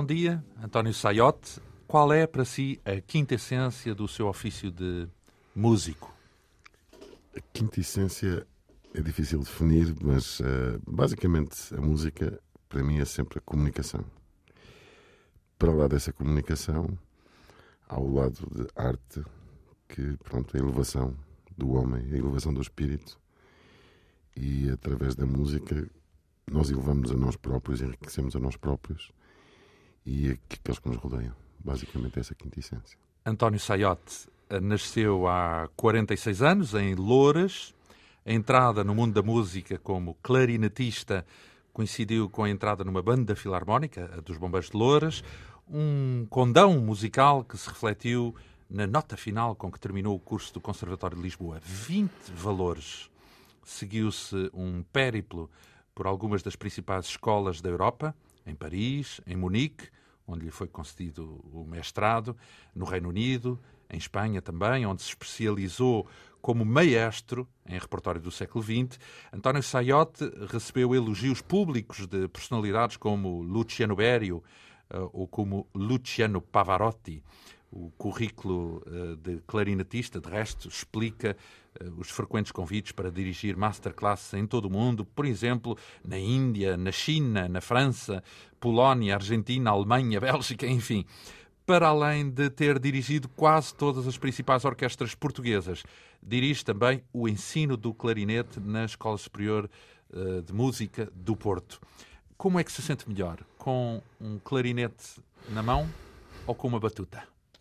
bom dia. António Saiote. Qual é, para si, a quinta essência do seu ofício de músico? A quinta essência é difícil de definir, mas basicamente a música, para mim, é sempre a comunicação. Para lá dessa comunicação, há o lado de arte, que, pronto, é a elevação do homem, a elevação do espírito. E, através da música, nós elevamos a nós próprios, enriquecemos a nós próprios e aqueles que nos rodeiam. Basicamente, essa é a quinta essência. António Saiote nasceu há 46 anos, em Loures. A entrada no mundo da música como clarinetista coincidiu com a entrada numa banda filarmónica, a dos Bombeiros de Loures, um condão musical que se refletiu na nota final com que terminou o curso do Conservatório de Lisboa. 20 valores. Seguiu-se um périplo por algumas das principais escolas da Europa, em Paris, em Munique, onde lhe foi concedido o mestrado, no Reino Unido, em Espanha também, onde se especializou como maestro em repertório do século XX. António Saiote recebeu elogios públicos de personalidades como Luciano Berio ou como Luciano Pavarotti. O currículo de clarinetista, de resto, explica os frequentes convites para dirigir masterclasses em todo o mundo, por exemplo, na Índia, na China, na França, Polónia, Argentina, Alemanha, Bélgica, enfim. Para além de ter dirigido quase todas as principais orquestras portuguesas, dirige também o ensino do clarinete na Escola Superior de Música do Porto. Como é que se sente melhor? Com um clarinete na mão ou com uma batuta?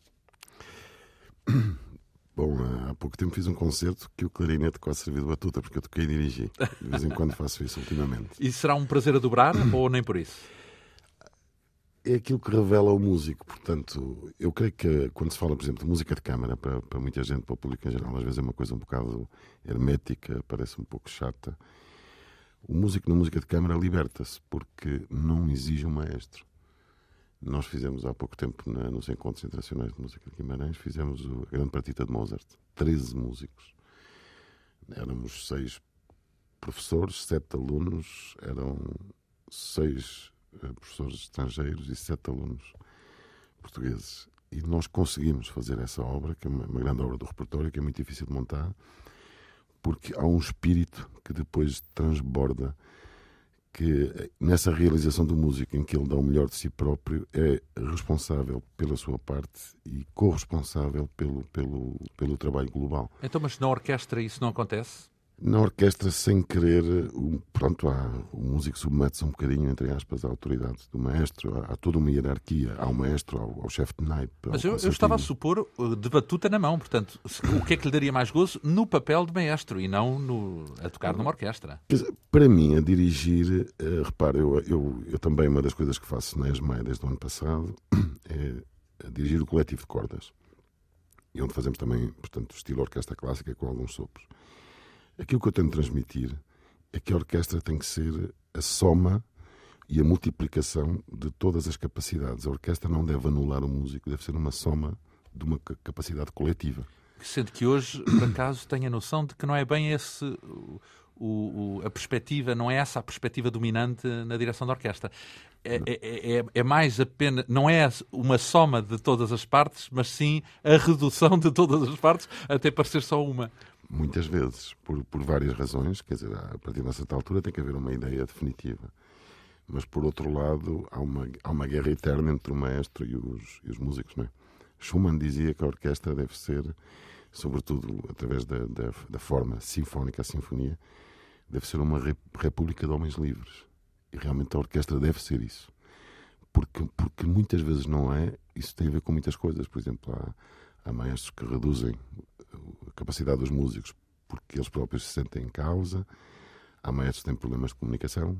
Bom, há pouco tempo fiz um concerto que o clarinete quase serviu de batuta, porque eu toquei e dirigi. De vez em quando faço isso ultimamente. E será um prazer a dobrar ou nem por isso? É aquilo que revela o músico. Portanto, eu creio que quando se fala, por exemplo, de música de câmara, para muita gente, para o público em geral, às vezes é uma coisa um bocado hermética, parece um pouco chata. O músico na música de câmara liberta-se, porque não exige um maestro. Nós fizemos há pouco tempo, nos Encontros Internacionais de Música de Guimarães, fizemos a grande partita de Mozart. 13 músicos. Éramos 6 professores, 7 alunos, eram 6 professores estrangeiros e 7 alunos portugueses. E nós conseguimos fazer essa obra, que é uma grande obra do repertório, que é muito difícil de montar, porque há um espírito que depois transborda, que nessa realização do músico, em que ele dá o melhor de si próprio, é responsável pela sua parte e corresponsável pelo trabalho global. Então, mas na orquestra isso não acontece? Na orquestra, sem querer, o músico submete-se um bocadinho, entre aspas, à autoridade do maestro. Há toda uma hierarquia. Há o maestro, ao chefe de naipe. Mas eu estava a supor de batuta na mão. Portanto, o que é que lhe daria mais gozo no papel de maestro e não a tocar numa orquestra? Para mim, a dirigir, repare, eu também, uma das coisas que faço na ESMAI desde o ano passado é dirigir o coletivo de cordas. E onde fazemos também, portanto, estilo orquestra clássica com alguns sopros. Aquilo que eu tento transmitir é que a orquestra tem que ser a soma e a multiplicação de todas as capacidades. A orquestra não deve anular o músico, deve ser uma soma de uma capacidade coletiva. Sendo que hoje, por acaso, tenho a noção de que não é bem esse a perspectiva, não é essa a perspectiva dominante na direção da orquestra. É mais apenas, não é uma soma de todas as partes, mas sim a redução de todas as partes até parecer só uma. Muitas vezes, por várias razões, quer dizer, a partir de uma certa altura tem que haver uma ideia definitiva. Mas, por outro lado, há uma guerra eterna entre o maestro e os músicos, não é? Schumann dizia que a orquestra deve ser, sobretudo através da forma sinfónica, a sinfonia, deve ser uma república de homens livres. E realmente a orquestra deve ser isso. Porque muitas vezes não é. Isso tem a ver com muitas coisas. Por exemplo, há maestros que reduzem a capacidade dos músicos porque eles próprios se sentem em causa. Há maestros que têm problemas de comunicação.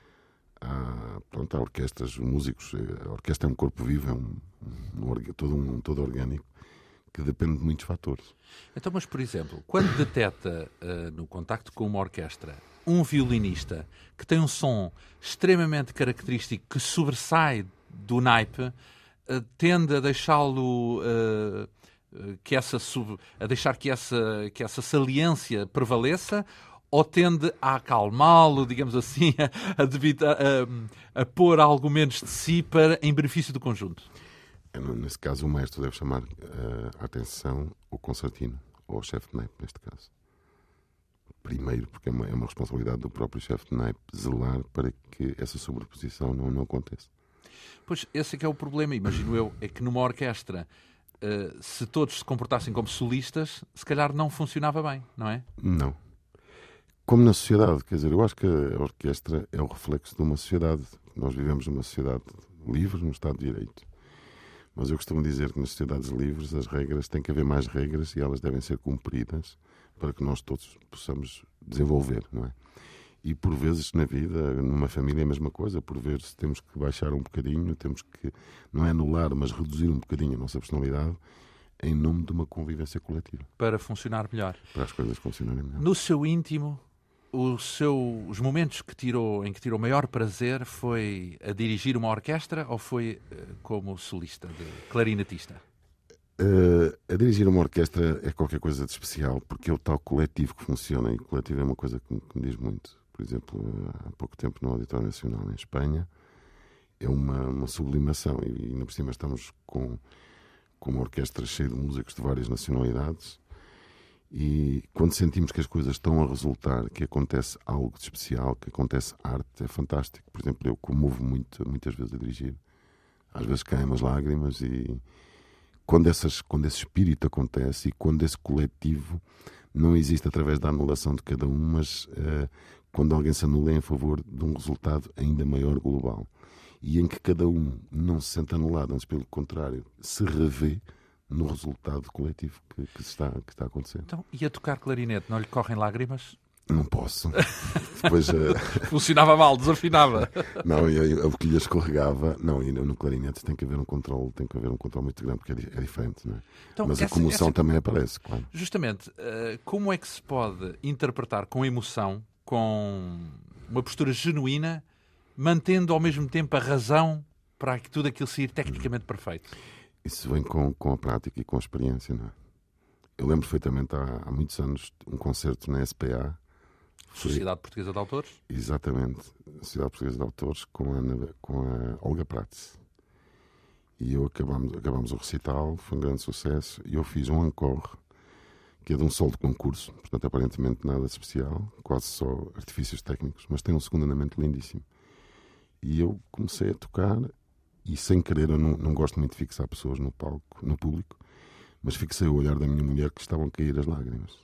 Há orquestras, músicos. A orquestra é um corpo vivo, é todo orgânico, que depende de muitos fatores. Então, mas, por exemplo, quando detecta no contacto com uma orquestra um violinista que tem um som extremamente característico que sobressai do naipe, tende a deixá-lo a deixar que essa saliência prevaleça, ou tende a acalmá-lo, digamos assim, a pôr algo menos de si em benefício do conjunto? Nesse caso, o maestro deve chamar a atenção ao concertino, ou ao chefe de naipe, neste caso. Primeiro, porque é uma responsabilidade do próprio chefe de naipe zelar para que essa sobreposição não aconteça. Pois, esse é que é o problema, imagino eu, é que numa orquestra, se todos se comportassem como solistas, se calhar não funcionava bem, não é? Não. Como na sociedade, quer dizer, eu acho que a orquestra é o reflexo de uma sociedade. Nós vivemos numa sociedade livre, num Estado de Direito. Mas eu costumo dizer que nas sociedades livres as regras, tem que haver mais regras e elas devem ser cumpridas para que nós todos possamos desenvolver, não é? E por vezes na vida, numa família é a mesma coisa, por vezes temos que baixar um bocadinho, temos que, não é anular, mas reduzir um bocadinho a nossa personalidade em nome de uma convivência coletiva. Para funcionar melhor. Para as coisas funcionarem melhor. No seu íntimo, os momentos em que tirou maior prazer foi a dirigir uma orquestra ou foi como solista, clarinetista? A dirigir uma orquestra é qualquer coisa de especial, porque é o tal coletivo que funciona, e o coletivo é uma coisa que me diz muito. Por exemplo, há pouco tempo no Auditório Nacional em Espanha, é uma sublimação, e ainda por cima estamos com uma orquestra cheia de músicos de várias nacionalidades, e quando sentimos que as coisas estão a resultar, que acontece algo de especial, que acontece arte, é fantástico. Por exemplo, eu comovo muitas vezes a dirigir, às vezes caem umas lágrimas, e quando esse espírito acontece e quando esse coletivo não existe através da anulação de cada um, mas quando alguém se anula em favor de um resultado ainda maior global, e em que cada um não se sente anulado, antes pelo contrário, se revê no resultado coletivo que está acontecendo. Então, e a tocar clarinete, não lhe correm lágrimas? Não posso. Depois, funcionava mal, desafinava. Não, a boquilha escorregava. Não, e no clarinete tem que haver um controle muito grande, porque é diferente, não é? Então, mas a comoção também aparece, claro. Justamente, como é que se pode interpretar com emoção, com uma postura genuína, mantendo ao mesmo tempo a razão para que tudo aquilo sair tecnicamente perfeito? Isso vem com a prática e com a experiência, não é? Eu lembro perfeitamente há muitos anos um concerto na SPA. Sociedade Portuguesa de Autores? Exatamente, a Sociedade Portuguesa de Autores com a Olga Prats. E acabámos o recital, foi um grande sucesso, e eu fiz um encore, que é de um solo de concurso, portanto aparentemente nada especial, quase só artifícios técnicos, mas tem um segundo andamento lindíssimo. E eu comecei a tocar, e sem querer, eu não gosto muito de fixar pessoas no palco, no público, mas fixei o olhar da minha mulher, que estavam a cair as lágrimas.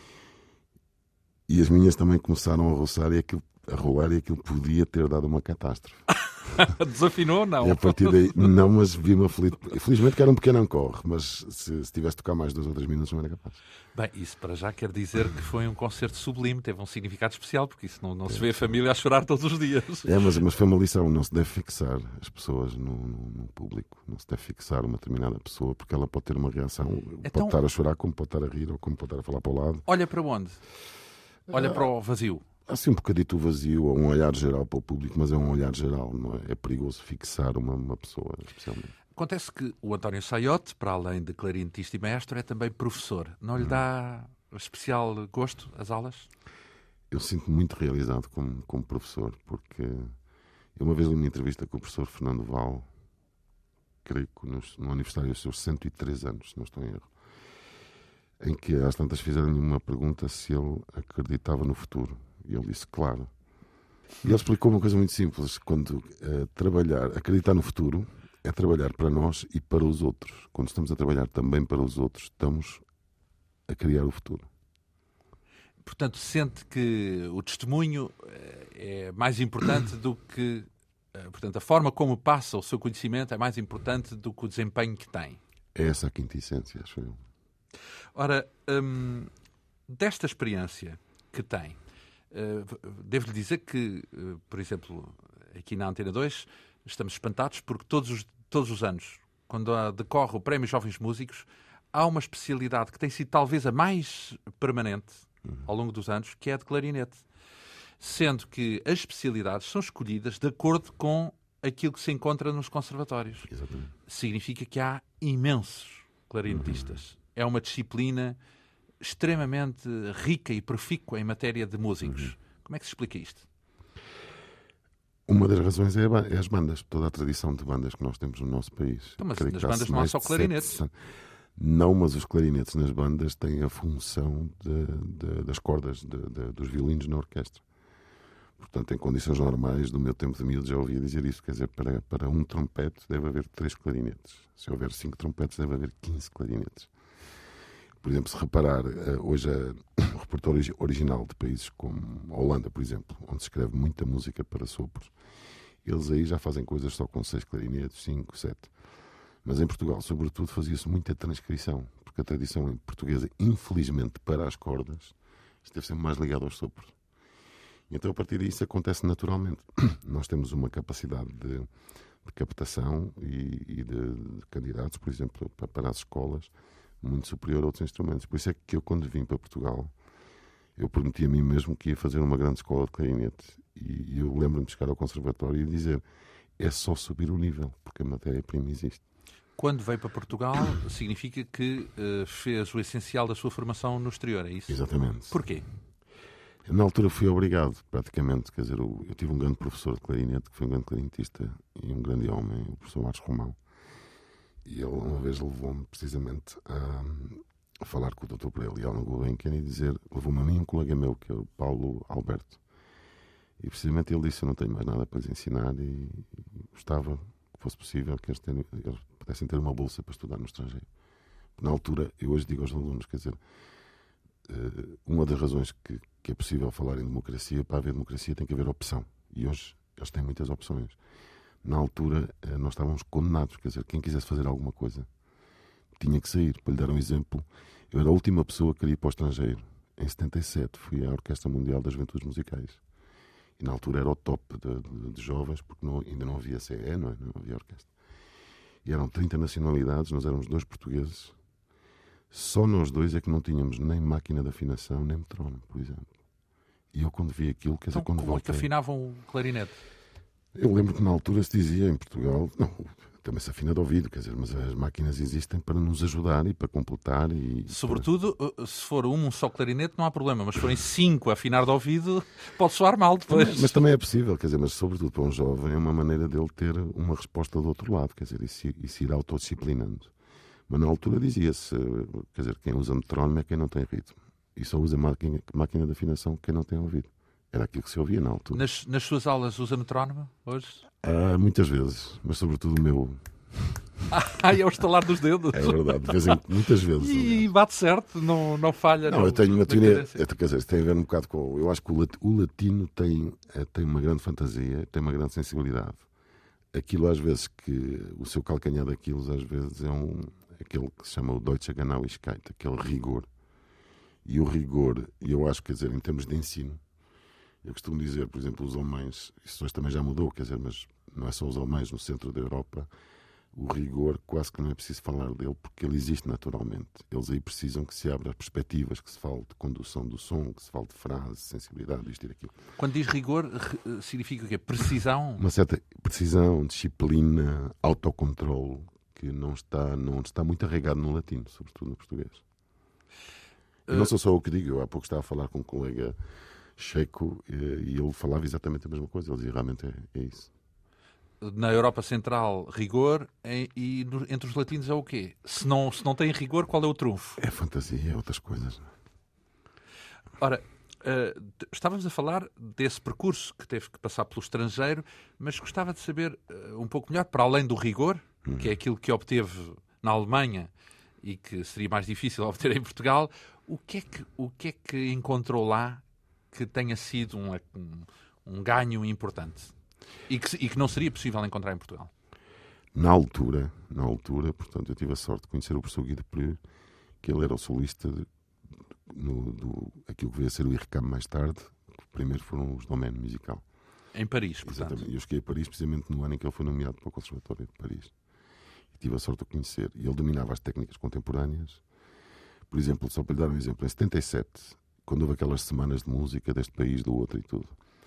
E as minhas também começaram a roçar a rolar, e aquilo podia ter dado uma catástrofe. Desafinou, não? E a partir daí, não, mas vi-me aflito. Felizmente que era um pequeno encore, mas se tivesse de tocar mais 2 ou 3 minutos não era capaz. Bem, isso para já quer dizer que foi um concerto sublime, teve um significado especial, porque isso não se vê a família a chorar todos os dias. Mas foi uma lição, não se deve fixar as pessoas no público, não se deve fixar uma determinada pessoa, porque ela pode ter uma reação, Então, pode estar a chorar, como pode estar a rir, ou como pode estar a falar para o lado. Olha para onde? Olha para o vazio. Há assim um bocadito vazio, ou um olhar geral para o público, mas é um olhar geral, não é? É perigoso fixar uma pessoa, especialmente. Acontece que o António Saiote, para além de clarinetista e maestro, é também professor. Não lhe dá especial gosto as aulas? Eu sinto-me muito realizado como professor, porque eu uma vez li uma entrevista com o professor Fernando Val, creio que no aniversário dos seus 103 anos, se não estou em erro, em que às tantas fizeram-lhe uma pergunta se ele acreditava no futuro. E ele disse, claro. E ele explicou uma coisa muito simples. Quando acreditar no futuro é trabalhar para nós e para os outros. Quando estamos a trabalhar também para os outros, estamos a criar o futuro. Portanto, sente que o testemunho é mais importante do que... Portanto, a forma como passa o seu conhecimento é mais importante do que o desempenho que tem. É essa a quinta essência, acho eu. Ora, desta experiência que tem, devo-lhe dizer que, por exemplo, aqui na Antena 2, estamos espantados porque todos os anos, quando decorre o Prémio Jovens Músicos, há uma especialidade que tem sido talvez a mais permanente ao longo dos anos, que é a de clarinete. Sendo que as especialidades são escolhidas de acordo com aquilo que se encontra nos conservatórios. Exatamente. Significa que há imensos clarinetistas. É uma disciplina extremamente rica e profícua em matéria de músicos. Como é que se explica isto? Uma das razões é as bandas, toda a tradição de bandas que nós temos no nosso país. Então, mas nas bandas não há só clarinetes. Não, mas os clarinetes nas bandas têm a função das cordas dos violinos na orquestra. Portanto, em condições normais, do meu tempo de miúdo, já ouvia dizer isso. Quer dizer, para um trompete deve haver 3 clarinetes. Se houver 5 trompetes, deve haver 15 clarinetes. Por exemplo, se reparar, hoje o repertório original de países como a Holanda, por exemplo, onde se escreve muita música para sopros, eles aí já fazem coisas só com 6 clarinetes, 5, 7. Mas em Portugal, sobretudo, fazia-se muita transcrição, porque a tradição portuguesa, infelizmente, para as cordas, esteve sempre mais ligada aos sopros. E então, a partir disso, acontece naturalmente. Nós temos uma capacidade de captação e de candidatos, por exemplo, para as escolas, muito superior a outros instrumentos. Por isso é que eu, quando vim para Portugal, eu prometi a mim mesmo que ia fazer uma grande escola de clarinete. E eu lembro-me de chegar ao conservatório e dizer: é só subir o nível, porque a matéria-prima existe. Quando veio para Portugal, significa que fez o essencial da sua formação no exterior, é isso? Exatamente. Porquê? Na altura fui obrigado, praticamente. Quer dizer, eu tive um grande professor de clarinete, que foi um grande clarinetista e um grande homem, o professor Marcos Romão. E ele uma vez levou-me precisamente a falar com o Dr. Pereira e Alan Gulbenkian e dizer, levou-me a mim um colega meu, que é o Paulo Alberto. E precisamente ele disse: eu não tenho mais nada para lhes ensinar e gostava que fosse possível que eles pudessem ter uma bolsa para estudar no estrangeiro. Na altura, eu hoje digo aos alunos, quer dizer, uma das razões que é possível falar em democracia, para haver democracia tem que haver opção. E hoje eles têm muitas opções. Na altura, nós estávamos condenados, quer dizer, quem quisesse fazer alguma coisa tinha que sair. Para lhe dar um exemplo, eu era a última pessoa que queria ir para o estrangeiro. Em 77 fui à Orquestra Mundial das Juventudes Musicais. E na altura era o top de jovens, porque ainda não havia CE, não havia orquestra. E eram 30 nacionalidades, nós éramos 2 portugueses. Só nós 2 é que não tínhamos nem máquina de afinação, nem metrónomo, por exemplo. E eu, quando vi aquilo, quer dizer, quando como voltei... é que afinavam o clarinete? Eu lembro que na altura se dizia em Portugal, não, também se afina de ouvido, quer dizer, mas as máquinas existem para nos ajudar e para completar. Sobretudo, se for um só clarinete não há problema, mas se forem 5 a afinar de ouvido, pode soar mal depois. Mas também é possível, quer dizer, mas sobretudo para um jovem é uma maneira dele ter uma resposta do outro lado, quer dizer, e se ir autodisciplinando. Mas na altura dizia-se, quer dizer, quem usa metrónomo é quem não tem ritmo. E só usa máquina de afinação quem não tem ouvido. Era aquilo que se ouvia na altura. Nas suas aulas usa metrónomo hoje? Muitas vezes, mas sobretudo o meu. É o estalar dos dedos. É verdade, muitas vezes. E bate certo, não falha. Não, eu tenho uma teoria, quer dizer, tem a ver um bocado com... Eu acho que o latino tem uma grande fantasia, tem uma grande sensibilidade. Aquilo às vezes que... O seu calcanhar daquilo às vezes é aquele que se chama o Deutsche Genauigkeit, aquele rigor. E o rigor, eu acho, quer dizer, em termos de ensino, eu costumo dizer, por exemplo, os alemães, isso hoje também já mudou, quer dizer, mas não é só os alemães no centro da Europa, o rigor quase que não é preciso falar dele, porque ele existe naturalmente. Eles aí precisam que se abra perspectivas, que se fale de condução do som, que se fale de frase, sensibilidade, isto e aquilo. Quando diz rigor, significa o quê? Precisão? Uma certa precisão, disciplina, autocontrole, que não está muito arraigado no latino, sobretudo no português. E não sou só o que digo, eu há pouco estava a falar com um colega checo e ele falava exatamente a mesma coisa, ele dizia realmente é isso. Na Europa Central, rigor, e entre os latinos é o quê? Se não tem rigor, qual é o trunfo? É fantasia, é outras coisas. Ora, estávamos a falar desse percurso que teve que passar pelo estrangeiro, mas gostava de saber um pouco melhor, para além do rigor, que é aquilo que obteve na Alemanha e que seria mais difícil obter em Portugal, o que é que encontrou lá que tenha sido um ganho importante e que não seria possível encontrar em Portugal? Na altura, portanto, eu tive a sorte de conhecer o professor Guy Depreux, que ele era o solista aquilo que veio a ser o IRCAM mais tarde. Primeiro foram os Domaine Musical. Em Paris, portanto. Exatamente. Eu cheguei a Paris precisamente no ano em que ele foi nomeado para o Conservatório de Paris. E tive a sorte de o conhecer. E ele dominava as técnicas contemporâneas. Por exemplo, só para lhe dar um exemplo, em 77, quando houve aquelas semanas de música deste país, do outro e tudo,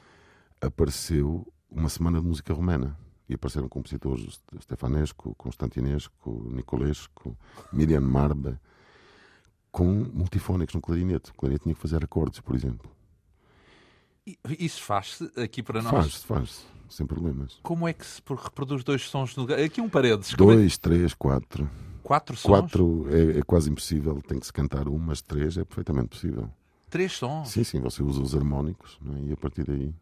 apareceu uma semana de música romana. E apareceram compositores Stefanescu, Constantinescu, Nicolescu, Miriam Marba, com multifónicos no clarinete. O clarinete tinha que fazer acordes, por exemplo. Isso faz-se aqui para nós? Faz-se, sem problemas. Como é que se reproduz 2 sons no lugar? Aqui Paredes. 2, 3, 4. 4 sons? 4 é quase impossível, tem que se cantar mas 3 é perfeitamente possível. 3 sons? Sim, você usa os harmónicos, não é? E a partir daí...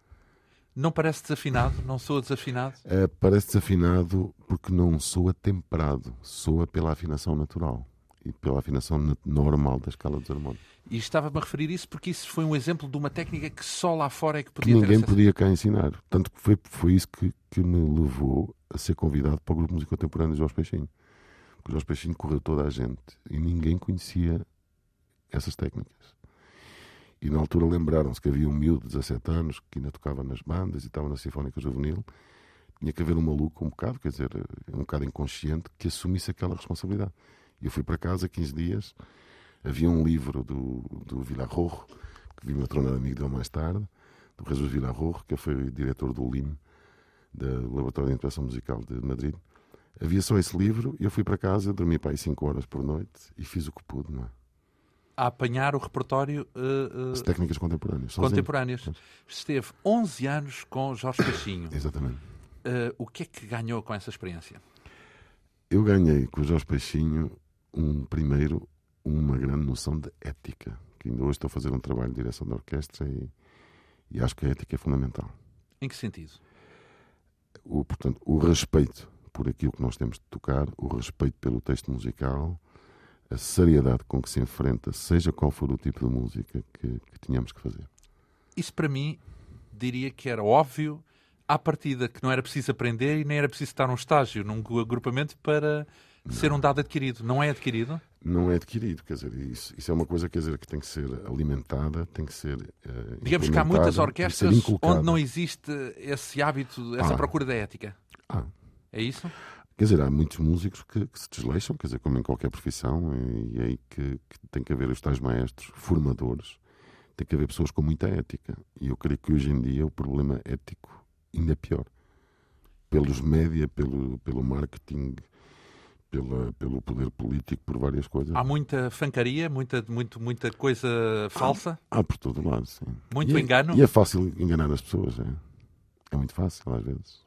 Não parece desafinado? Não soa desafinado? Parece desafinado porque não soa temperado, soa pela afinação natural e pela afinação normal da escala dos harmónicos. E estava-me a referir isso porque isso foi um exemplo de uma técnica que só lá fora é que Que podia ter ninguém acesso. podia cá ensinar. Tanto que foi isso que me levou a ser convidado para o grupo de música contemporânea de Jorge Peixinho. Porque o Jorge Peixinho correu toda a gente e ninguém conhecia essas técnicas. E na altura lembraram-se que havia um miúdo de 17 anos que ainda tocava nas bandas e estava na Sinfónica Juvenil. Tinha que haver um maluco um bocado, quer dizer, um bocado inconsciente, que assumisse aquela responsabilidade. E eu fui para casa 15 dias. Havia um livro do Villarrojo, que vi-me a tornar amigo dele mais tarde, do Jesus Villarrojo, que foi diretor do LIM, do Laboratório de Interpretação Musical de Madrid. Havia só esse livro e eu fui para casa, dormi para aí 5 horas por noite e fiz o que pude, não é? A apanhar o repertório As técnicas contemporâneas. Sozinho. contemporâneas. Esteve 11 anos com Jorge Peixinho. Exatamente. O que é que ganhou com essa experiência? Eu ganhei com o Jorge Peixinho primeiro uma grande noção de ética, que ainda hoje estou a fazer um trabalho de direção de orquestra e acho que a ética é fundamental. Em que sentido? Portanto, o respeito por aquilo que nós temos de tocar, o respeito pelo texto musical, a seriedade com que se enfrenta, seja qual for o tipo de música que tínhamos que fazer. Isso para mim, diria que era óbvio à partida, que não era preciso aprender e nem era preciso estar num estágio, num agrupamento para ser um dado adquirido. Não é adquirido? Não é adquirido, quer dizer, isso é uma coisa, quer dizer, que tem que ser alimentada, tem que ser digamos que há muitas orquestras onde não existe esse hábito, essa procura da ética. É isso? Quer dizer, há muitos músicos que se desleixam, quer dizer, como em qualquer profissão, e é aí que tem que haver os tais maestros, formadores, tem que haver pessoas com muita ética. E eu creio que hoje em dia o problema ético ainda é pior. Pelos média, pelo marketing, pelo poder político, por várias coisas. Há muita fancaria, muita coisa falsa? Há por todo lado, sim. Muito engano? E é fácil enganar as pessoas, é muito fácil às vezes.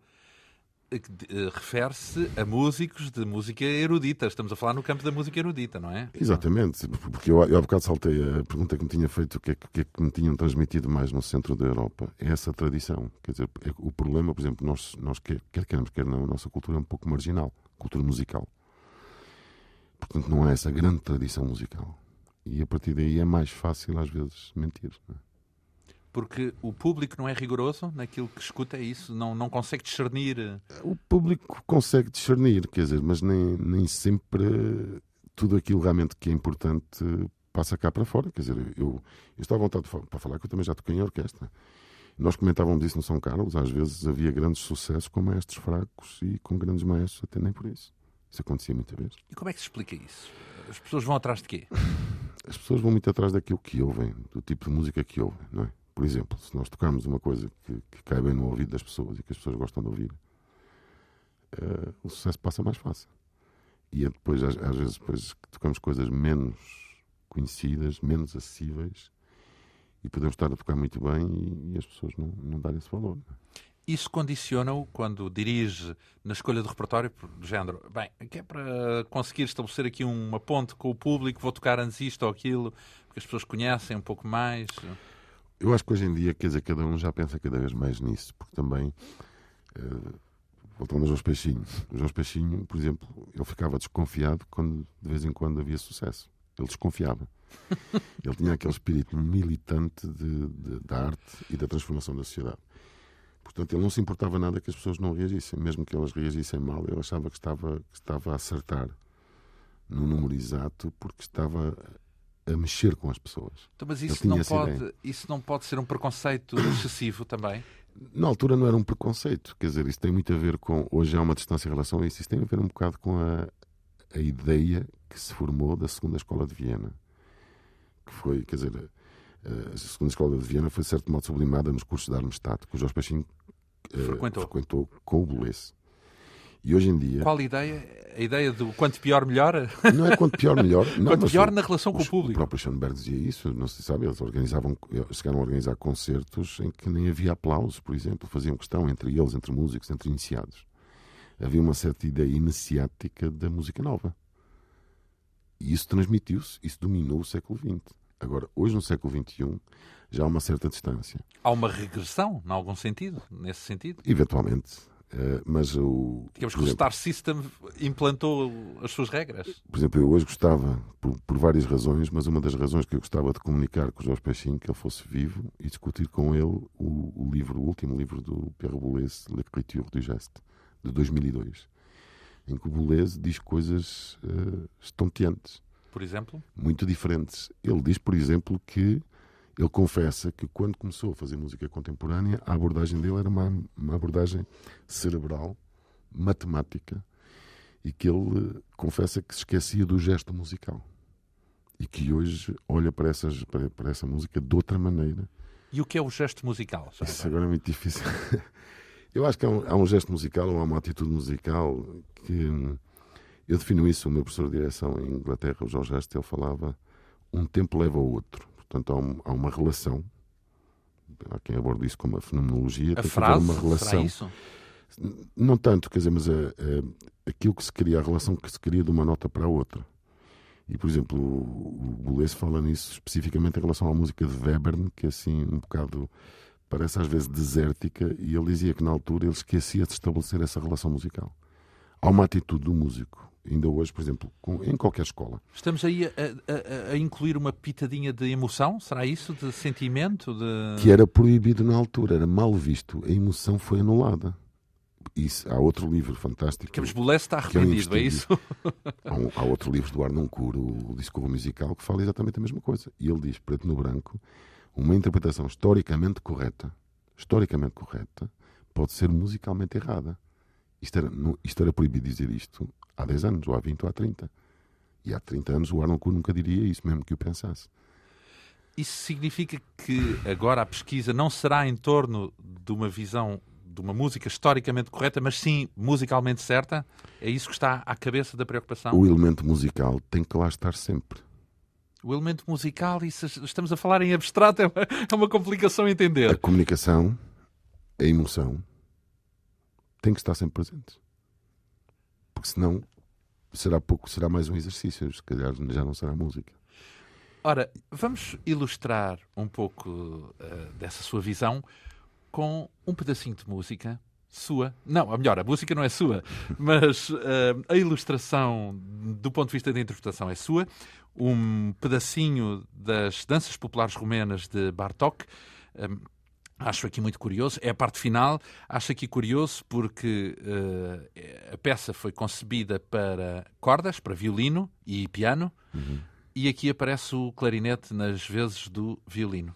Refere-se a músicos de música erudita. Estamos a falar no campo da música erudita, não é? Exatamente, porque eu há bocado saltei a pergunta que me tinha feito, o que é que me tinham transmitido mais no centro da Europa. É essa tradição. Quer dizer, o problema, por exemplo, nós quer queremos, quer não, a nossa cultura é um pouco marginal, cultura musical. Portanto, não há essa grande tradição musical. E a partir daí é mais fácil, às vezes, mentir. Não é? Porque o público não é rigoroso naquilo que escuta, é isso? Não consegue discernir? O público consegue discernir, quer dizer, mas nem sempre tudo aquilo realmente que é importante passa cá para fora. Quer dizer, eu estou à vontade para falar que eu também já toquei em orquestra. Nós comentávamos isso no São Carlos, às vezes havia grandes sucessos com maestros fracos e com grandes maestros até nem por isso. Isso acontecia muitas vezes. E como é que se explica isso? As pessoas vão atrás de quê? As pessoas vão muito atrás daquilo que ouvem, do tipo de música que ouvem, não é? Por exemplo, se nós tocarmos uma coisa que cai bem no ouvido das pessoas e que as pessoas gostam de ouvir, o sucesso passa mais fácil. E é depois, às vezes, depois que tocamos coisas menos conhecidas, menos acessíveis, e podemos estar a tocar muito bem e as pessoas não darem esse valor. Isso condiciona-o quando dirige na escolha do repertório, do género, bem, que é para conseguir estabelecer aqui uma ponte com o público, vou tocar antes isto ou aquilo, porque as pessoas conhecem um pouco mais. Eu acho que hoje em dia, quer dizer, cada um já pensa cada vez mais nisso, porque também, voltando ao Jorge Peixinho, o Jorge Peixinho, por exemplo, ele ficava desconfiado quando de vez em quando havia sucesso. Ele desconfiava. Ele tinha aquele espírito militante da arte e da transformação da sociedade. Portanto, ele não se importava nada que as pessoas não reagissem. Mesmo que elas reagissem mal, ele achava que estava a acertar no número exato, porque estava a mexer com as pessoas. Então, mas isso não pode ser um preconceito excessivo também? Na altura não era um preconceito. Quer dizer, isso tem muito a ver com... Hoje há uma distância em relação a isso. Isso tem a ver um bocado com a ideia que se formou da Segunda Escola de Viena. Que foi, quer dizer... A Segunda Escola de Viena foi, de certo modo, sublimada nos cursos de Darmstadt, que o Jorge Peixinho frequentou com o Boulez. E hoje em dia... Qual ideia? A ideia do quanto pior, melhor? Não é quanto pior, melhor. Não, quanto pior na relação com o público. O próprio Schoenberg dizia isso, não se sabe, eles chegaram a organizar concertos em que nem havia aplausos, por exemplo. Faziam questão entre eles, entre músicos, entre iniciados. Havia uma certa ideia iniciática da música nova. E isso transmitiu-se, isso dominou o século XX. Agora, hoje no século XXI, já há uma certa distância. Há uma regressão, em algum sentido, nesse sentido? Eventualmente. Mas digamos que o Star System implantou as suas regras. Por exemplo, eu hoje gostava, por várias razões, mas uma das razões que eu gostava de comunicar com o Jorge Peixinho, que ele fosse vivo, e discutir com ele o último livro do Pierre Boulez, L'Écriture du Geste, de 2002, em que o Boulez diz coisas estonteantes. Por exemplo? Muito diferentes. Ele diz, por exemplo, que ele confessa que quando começou a fazer música contemporânea, a abordagem dele era uma abordagem cerebral, matemática, e que ele confessa que se esquecia do gesto musical. E que hoje olha para essa música de outra maneira. E o que é o gesto musical? Isso agora é muito difícil. Eu acho que há um gesto musical ou há uma atitude musical que... Eu defino isso, o meu professor de direção em Inglaterra, o Jorge Este, ele falava: um tempo leva ao outro. Portanto, há uma relação. Há quem aborde isso como a fenomenologia. A frase, uma relação. será isso? Não tanto, quer dizer, mas aquilo que se queria, a relação que se queria de uma nota para a outra. E, por exemplo, o Boulez fala nisso especificamente em relação à música de Webern, que é assim um bocado, parece às vezes desértica, e ele dizia que na altura ele esquecia de estabelecer essa relação musical. Há uma atitude do músico, ainda hoje, por exemplo, em qualquer escola. Estamos aí a incluir uma pitadinha de emoção? Será isso? De sentimento? Que era proibido na altura, era mal visto. A emoção foi anulada. Isso, há outro livro fantástico. Que Boulez está arrependido, é isso? Há outro livro do Arnon Kur, o Discurso Musical, que fala exatamente a mesma coisa. E ele diz, preto no branco, uma interpretação historicamente correta pode ser musicalmente errada. Isto era proibido dizer isto há 10 anos, ou há 20, ou há 30. E há 30 anos o Arnon Kur nunca diria isso, mesmo que o pensasse. Isso significa que agora a pesquisa não será em torno de uma visão de uma música historicamente correta, mas sim musicalmente certa? É isso que está à cabeça da preocupação? O elemento musical tem que lá estar sempre. O elemento musical, isso, estamos a falar em abstrato, é uma complicação a entender. A comunicação, a emoção, tem que estar sempre presente. Porque senão será mais um exercício, se calhar já não será música. Ora, vamos ilustrar um pouco dessa sua visão com um pedacinho de música sua. Não, ou melhor, a música não é sua, mas a ilustração do ponto de vista da interpretação é sua. Um pedacinho das danças populares romenas de Bartók. Acho aqui muito curioso. É a parte final. Acho aqui curioso porque a peça foi concebida para cordas, para violino e piano. Uhum. E aqui aparece o clarinete nas vezes do violino.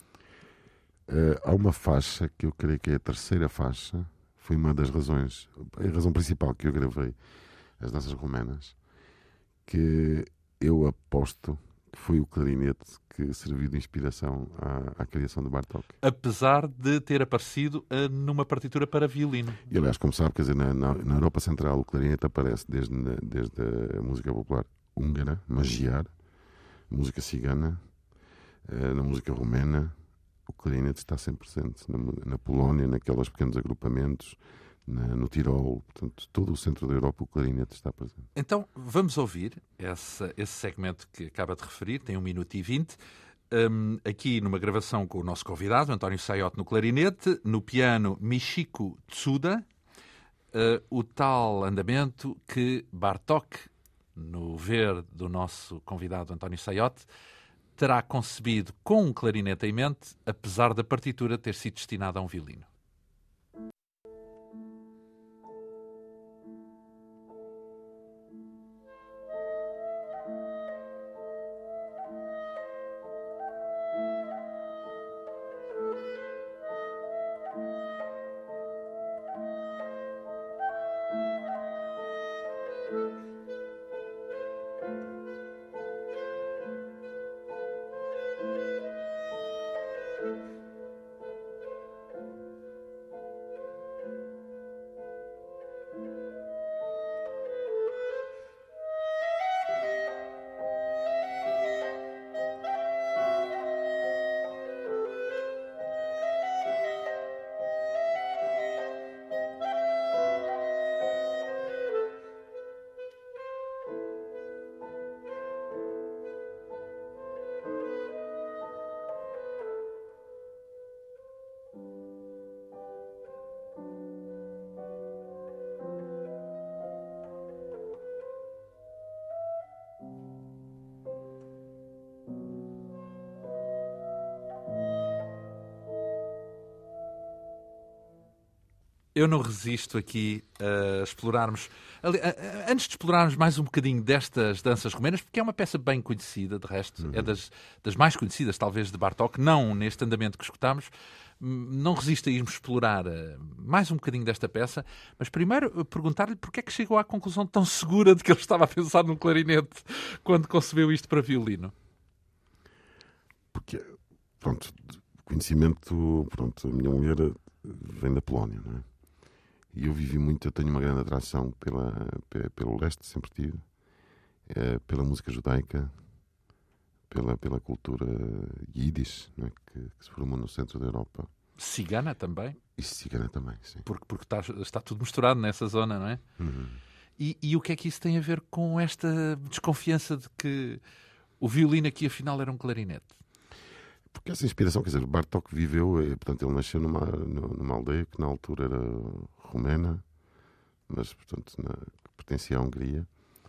Há uma faixa que eu creio que é a terceira faixa. Foi uma das razões, a razão principal que eu gravei as danças romanas, que eu aposto que foi o clarinete que serviu de inspiração à criação do Bartók. Apesar de ter aparecido numa partitura para violino. E aliás, como sabe, quer dizer, na Europa Central o clarinete aparece desde a música popular húngara, magiar, música cigana, na música romena. O clarinete está sempre presente. Na Polónia, naqueles pequenos agrupamentos, no Tirol, portanto, todo o centro da Europa, o clarinete está presente. Então, vamos ouvir esse segmento que acaba de referir, tem 1 minuto e 20, aqui numa gravação com o nosso convidado, António Saiote, no clarinete, no piano, Michiko Tsuda, o tal andamento que Bartók, no ver do nosso convidado António Saiote, terá concebido com um clarinete em mente, apesar da partitura ter sido destinada a um violino. Eu não resisto aqui a explorarmos... Antes de explorarmos mais um bocadinho destas danças romenas, porque é uma peça bem conhecida, de resto, é das mais conhecidas, talvez, de Bartók, não neste andamento que escutámos, não resisto a irmos explorar mais um bocadinho desta peça, mas primeiro perguntar-lhe porque é que chegou à conclusão tão segura de que ele estava a pensar num clarinete quando concebeu isto para violino. Porque, pronto, conhecimento, pronto, a minha mulher vem da Polónia, não é? E eu vivi muito, eu tenho uma grande atração pelo leste, sempre tive, pela música judaica, pela cultura yiddish, não é? que se formou no centro da Europa. Cigana também? E cigana também, sim. Porque está tudo misturado nessa zona, não é? E o que é que isso tem a ver com esta desconfiança de que o violino aqui afinal era um clarinete? Porque essa inspiração, quer dizer, Bartók viveu, portanto, ele nasceu numa aldeia que na altura era romena, mas, portanto, que pertencia à Hungria.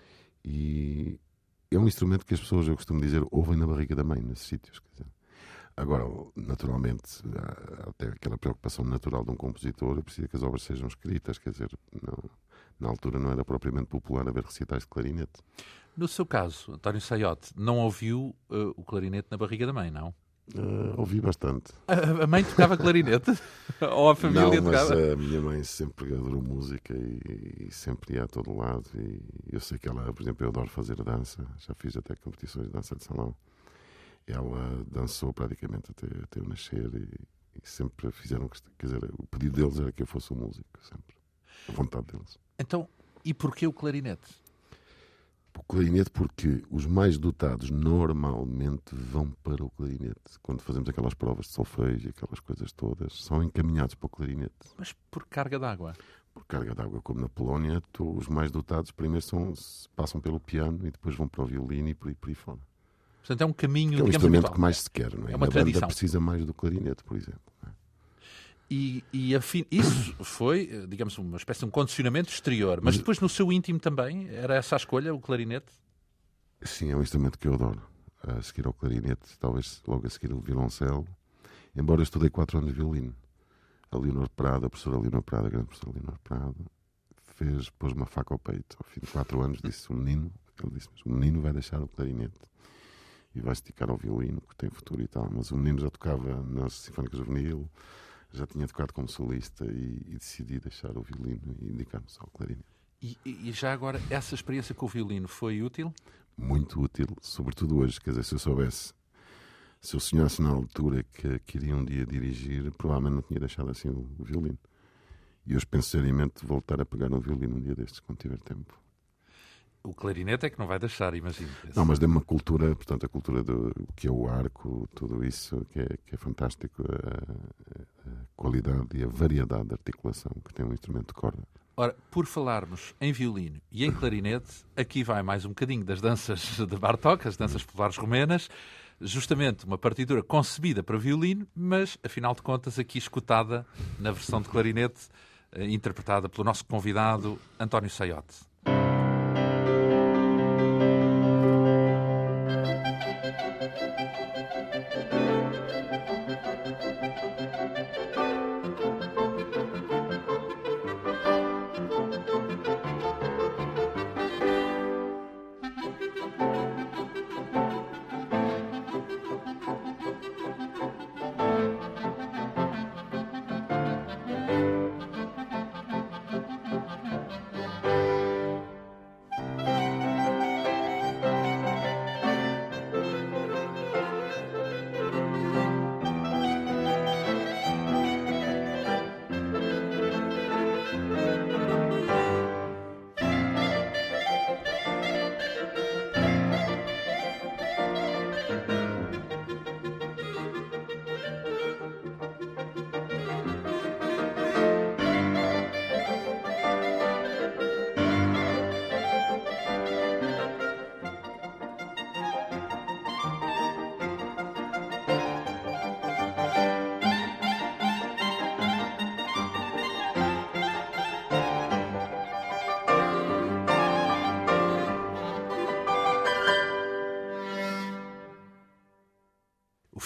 E é um instrumento que as pessoas, eu costumo dizer, ouvem na barriga da mãe, nesses sítios. Quer dizer. Agora, naturalmente, há até aquela preocupação natural de um compositor, precisa que as obras sejam escritas, quer dizer, não, na altura não era propriamente popular haver recitais de clarinete. No seu caso, António Saiote, não ouviu o clarinete na barriga da mãe, não? Ouvi bastante. A mãe tocava clarinete? Ou a família não, mas tocava? a minha mãe sempre adorou música e sempre ia a todo lado. E eu sei que ela, por exemplo, eu adoro fazer dança. Já fiz até competições de dança de salão. Ela dançou praticamente até eu nascer e sempre fizeram... Quer dizer, o pedido deles era que eu fosse um músico, sempre. A vontade deles. Então, e porquê o clarinete? O clarinete, porque os mais dotados normalmente vão para o clarinete. Quando fazemos aquelas provas de solfejo e aquelas coisas todas, são encaminhados para o clarinete. Mas por carga d'água? Por carga d'água, como na Polónia, os mais dotados primeiro passam pelo piano e depois vão para o violino e por aí fora. Portanto, é um caminho, porque é um digamos, instrumento habitual. que mais se quer, não é? É uma a tradição. banda precisa mais do clarinete, por exemplo. Não é? Isso foi, digamos, uma espécie de um condicionamento exterior. Mas depois, no seu íntimo também, era essa a escolha, o clarinete? Sim, é um instrumento que eu adoro. A seguir ao clarinete, talvez logo a seguir o violoncelo. Embora eu estudei 4 anos de violino. A Leonor Prado, a professora Leonor Prado, a grande professora Leonor Prado, pôs uma faca ao peito. Ao fim de 4 anos disse, ele disse, mas o menino vai deixar o clarinete e vai se dedicar ao violino, que tem futuro e tal. Mas o menino já tocava na Sinfónica Juvenil, já tinha tocado como solista e decidi deixar o violino e dedicar-me só ao clarinete. E já agora, essa experiência com o violino foi útil? Muito útil, sobretudo hoje. Quer dizer, se eu sonhasse na altura que iria um dia dirigir, provavelmente não tinha deixado assim o violino. E hoje penso seriamente voltar a pegar um violino um dia destes, quando tiver tempo. O clarinete é que não vai deixar, imagino. Não, mas dê-me uma cultura, portanto, a cultura do que é o arco, tudo isso, que é fantástico, a qualidade e a variedade de articulação que tem um instrumento de corda. Ora, por falarmos em violino e em clarinete, aqui vai mais um bocadinho das danças de Bartók, as danças populares romenas, justamente uma partitura concebida para violino, mas, afinal de contas, aqui escutada na versão de clarinete, interpretada pelo nosso convidado, António Saiote.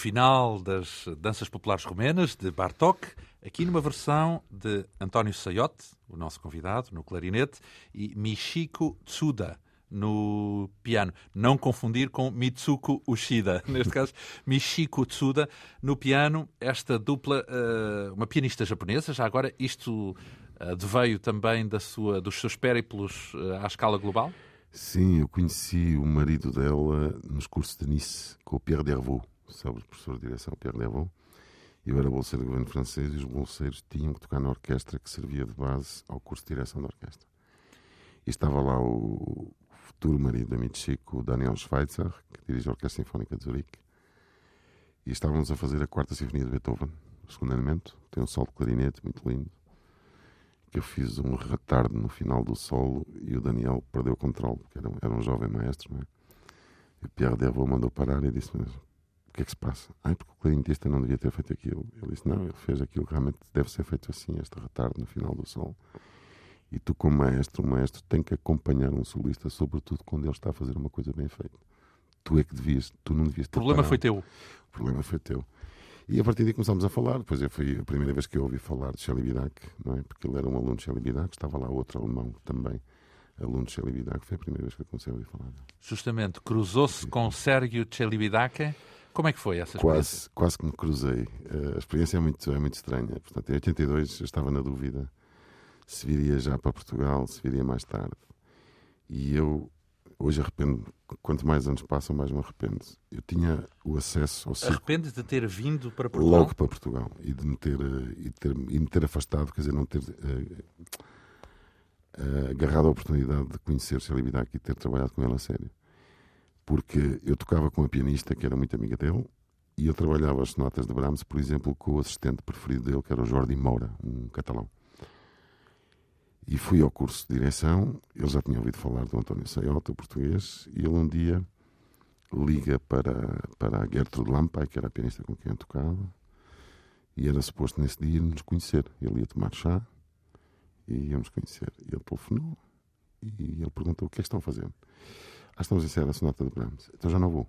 final das danças populares romenas, de Bartók, aqui numa versão de António Saiote, o nosso convidado, no clarinete, e Michiko Tsuda, no piano. Não confundir com Mitsuko Ushida. Neste caso, Michiko Tsuda, no piano. Esta dupla, uma pianista japonesa. Já agora, isto adveio também dos seus périplos à escala global? Sim, eu conheci o marido dela nos cursos de Nice, com o Pierre Dervaux, sabe, o professor de direção Pierre Dervaux. Eu era bolseiro do governo francês e os bolseiros tinham que tocar na orquestra que servia de base ao curso de direção da orquestra. E estava lá o futuro marido da Michiko, Daniel Schweitzer, que dirige a Orquestra Sinfónica de Zurique. E estávamos a fazer a quarta sinfonia de Beethoven, o segundo elemento. Tem um solo de clarinete muito lindo. Que eu fiz um retardo no final do solo e o Daniel perdeu o controle, porque era um jovem maestro, não é? E o Pierre Dervaux mandou parar e disse: mas o que é que se passa? Porque o clarinetista não devia ter feito aquilo. Ele disse: não, ele fez aquilo que realmente deve ser feito assim, este retardo no final do solo. E tu, como maestro, o maestro tem que acompanhar um solista, sobretudo quando ele está a fazer uma coisa bem feita. Tu é que tu não devias ter. O problema parado. foi teu. O problema foi teu. E a partir daí começámos a falar. Depois foi a primeira vez que eu ouvi falar de Celibidache, não é? Porque ele era um aluno de Celibidache, estava lá outro alemão também, aluno de Celibidache. Foi a primeira vez que eu comecei a ouvir falar. Justamente, cruzou-se com Sergiu Celibidache. Como é que foi essa experiência? Quase que me cruzei. A experiência é muito estranha. Portanto, em 82 eu estava na dúvida se viria já para Portugal, se viria mais tarde. E eu hoje arrependo. Quanto mais anos passam, mais me arrependo. Eu tinha o acesso ao circo. Arrependes de ter vindo para Portugal? Logo para Portugal. E de me ter afastado, quer dizer, não ter agarrado a oportunidade de conhecer Celibidache e ter trabalhado com ele a sério. Porque eu tocava com a pianista, que era muito amiga dele, e eu trabalhava as sonatas de Brahms, por exemplo, com o assistente preferido dele, que era o Jordi Moura, um catalão. E fui ao curso de direção. Ele já tinha ouvido falar do António Saiote, o português, e ele um dia liga para a Gertrude Lampai, que era a pianista com quem eu tocava, e era suposto nesse dia nos conhecer. Ele ia tomar chá e íamos conhecer. E ele telefonou e ele perguntou: o que é que estão a fazer? Estamos a ensaiar a sonata de Brahms. Então já não vou.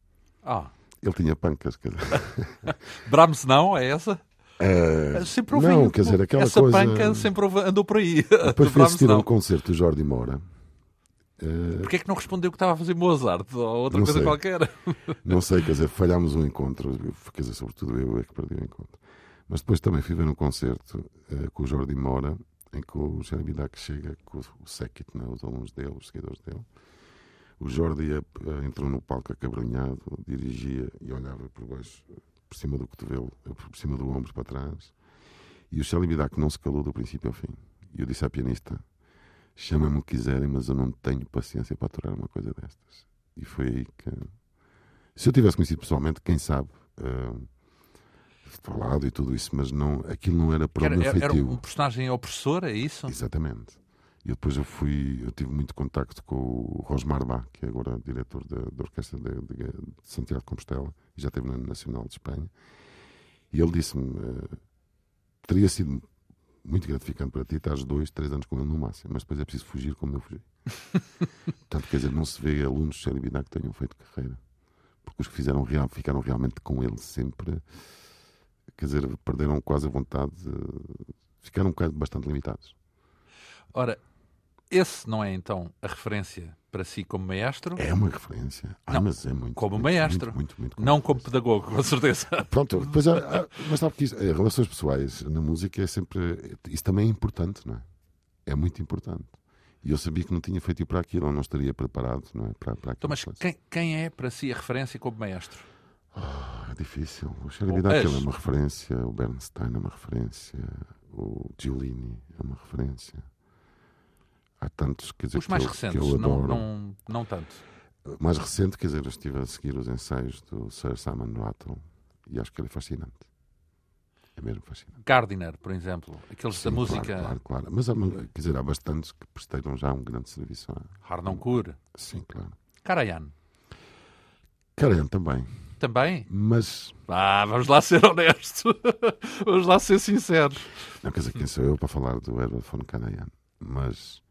Ele tinha pancas, quer dizer. Brahms não? É essa? Sempre ouvi, não, quer dizer, aquela essa coisa... panca sempre andou por aí. Depois foi assistir a um concerto do Jordi Moura. Porquê é que não respondeu que estava a fazer Mozart ou outra não coisa sei. qualquer? Não sei, quer dizer, falhámos um encontro. Quer dizer, sobretudo eu é que perdi o encontro. Mas depois também fui ver um concerto com o Jordi Moura, em que o Celibidache chega com o séquito, né, os alunos dele, os seguidores dele. O Jordi entrou no palco acabrunhado, dirigia e olhava por baixo, por cima do cotovelo, por cima do ombro para trás. E o Celibidache não se calou do princípio ao fim. E eu disse à pianista: chama-me o que quiserem, mas eu não tenho paciência para aturar uma coisa destas. E foi aí que... Se eu tivesse conhecido pessoalmente, quem sabe, falado e tudo isso, mas não, aquilo não era para o meu feitio. Era um personagem opressor, é isso? Exatamente. E depois eu tive muito contacto com o Rosmar Bá, que é agora diretor da Orquestra de Santiago de Compostela, e já esteve na Nacional de Espanha. E ele disse-me: teria sido muito gratificante para ti, estás 2, 3 anos com ele no máximo, mas depois é preciso fugir como eu fugi. Portanto, quer dizer, não se vê alunos de Celibidache que tenham feito carreira. Porque os que ficaram realmente com ele sempre, quer dizer, perderam quase a vontade, ficaram bastante limitados. Ora, esse não é então a referência para si como maestro? É uma referência. Não, mas é muito. Como muito, maestro. Muito, não como pedagogo, com certeza. Pronto, depois mas sabe que relações pessoais na música é sempre... Isso também é importante, não é? É muito importante. E eu sabia que não tinha feito para aquilo, ou não estaria preparado, não é? Para então, mas quem é para si a referência como maestro? É difícil. O Celibidache é uma referência, o Bernstein é uma referência, o Giulini é uma referência. Há tantos, quer dizer, os mais recentes, que eu adoro. Não tanto. O mais recente, quer dizer, eu estive a seguir os ensaios do Sir Simon Rattle e acho que ele é fascinante. É mesmo fascinante. Gardiner, por exemplo, aqueles Sim, da música... Claro. Mas quer dizer, há bastantes que prestaram já um grande serviço. Harnoncourt. Sim, claro. Karajan também. Também? Mas... vamos lá ser honestos. Vamos lá ser sinceros. Não, quer dizer, quem sou eu para falar do Herbert von Karajan? Mas...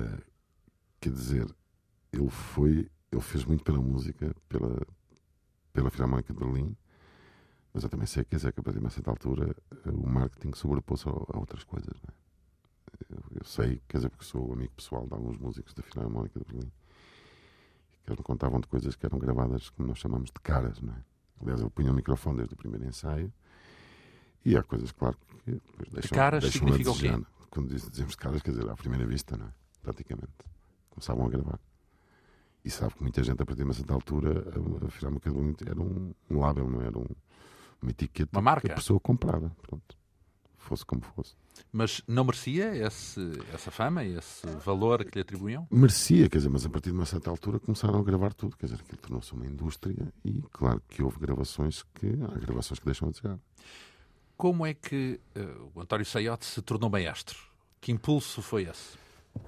quer dizer, ele fez muito pela música, pela Filarmónica de Berlim, mas eu também sei que a partir de uma certa altura o marketing sobrepôs-se a outras coisas. Não é? Eu sei, porque sou amigo pessoal de alguns músicos da Filarmónica de Berlim, que eles me contavam de coisas que eram gravadas, como nós chamamos de caras. Não é? Aliás, ele punha o microfone desde o primeiro ensaio, e há coisas, claro, que depois deixam significa o quê? Quando dizemos caras, quer dizer, à primeira vista, não é? Praticamente. Começavam a gravar. E sabe que muita gente, a partir de uma certa altura, a Filarmónica de Berlim era um label, não era uma etiqueta, uma marca que a pessoa comprava. Pronto. Fosse como fosse. Mas não merecia essa fama, esse valor que lhe atribuíam? Merecia, quer dizer, mas a partir de uma certa altura começaram a gravar tudo. Quer dizer, aquilo tornou-se uma indústria e, claro, que houve gravações há gravações que deixam a desejar. Como é que o António Saiote se tornou maestro? Que impulso foi esse?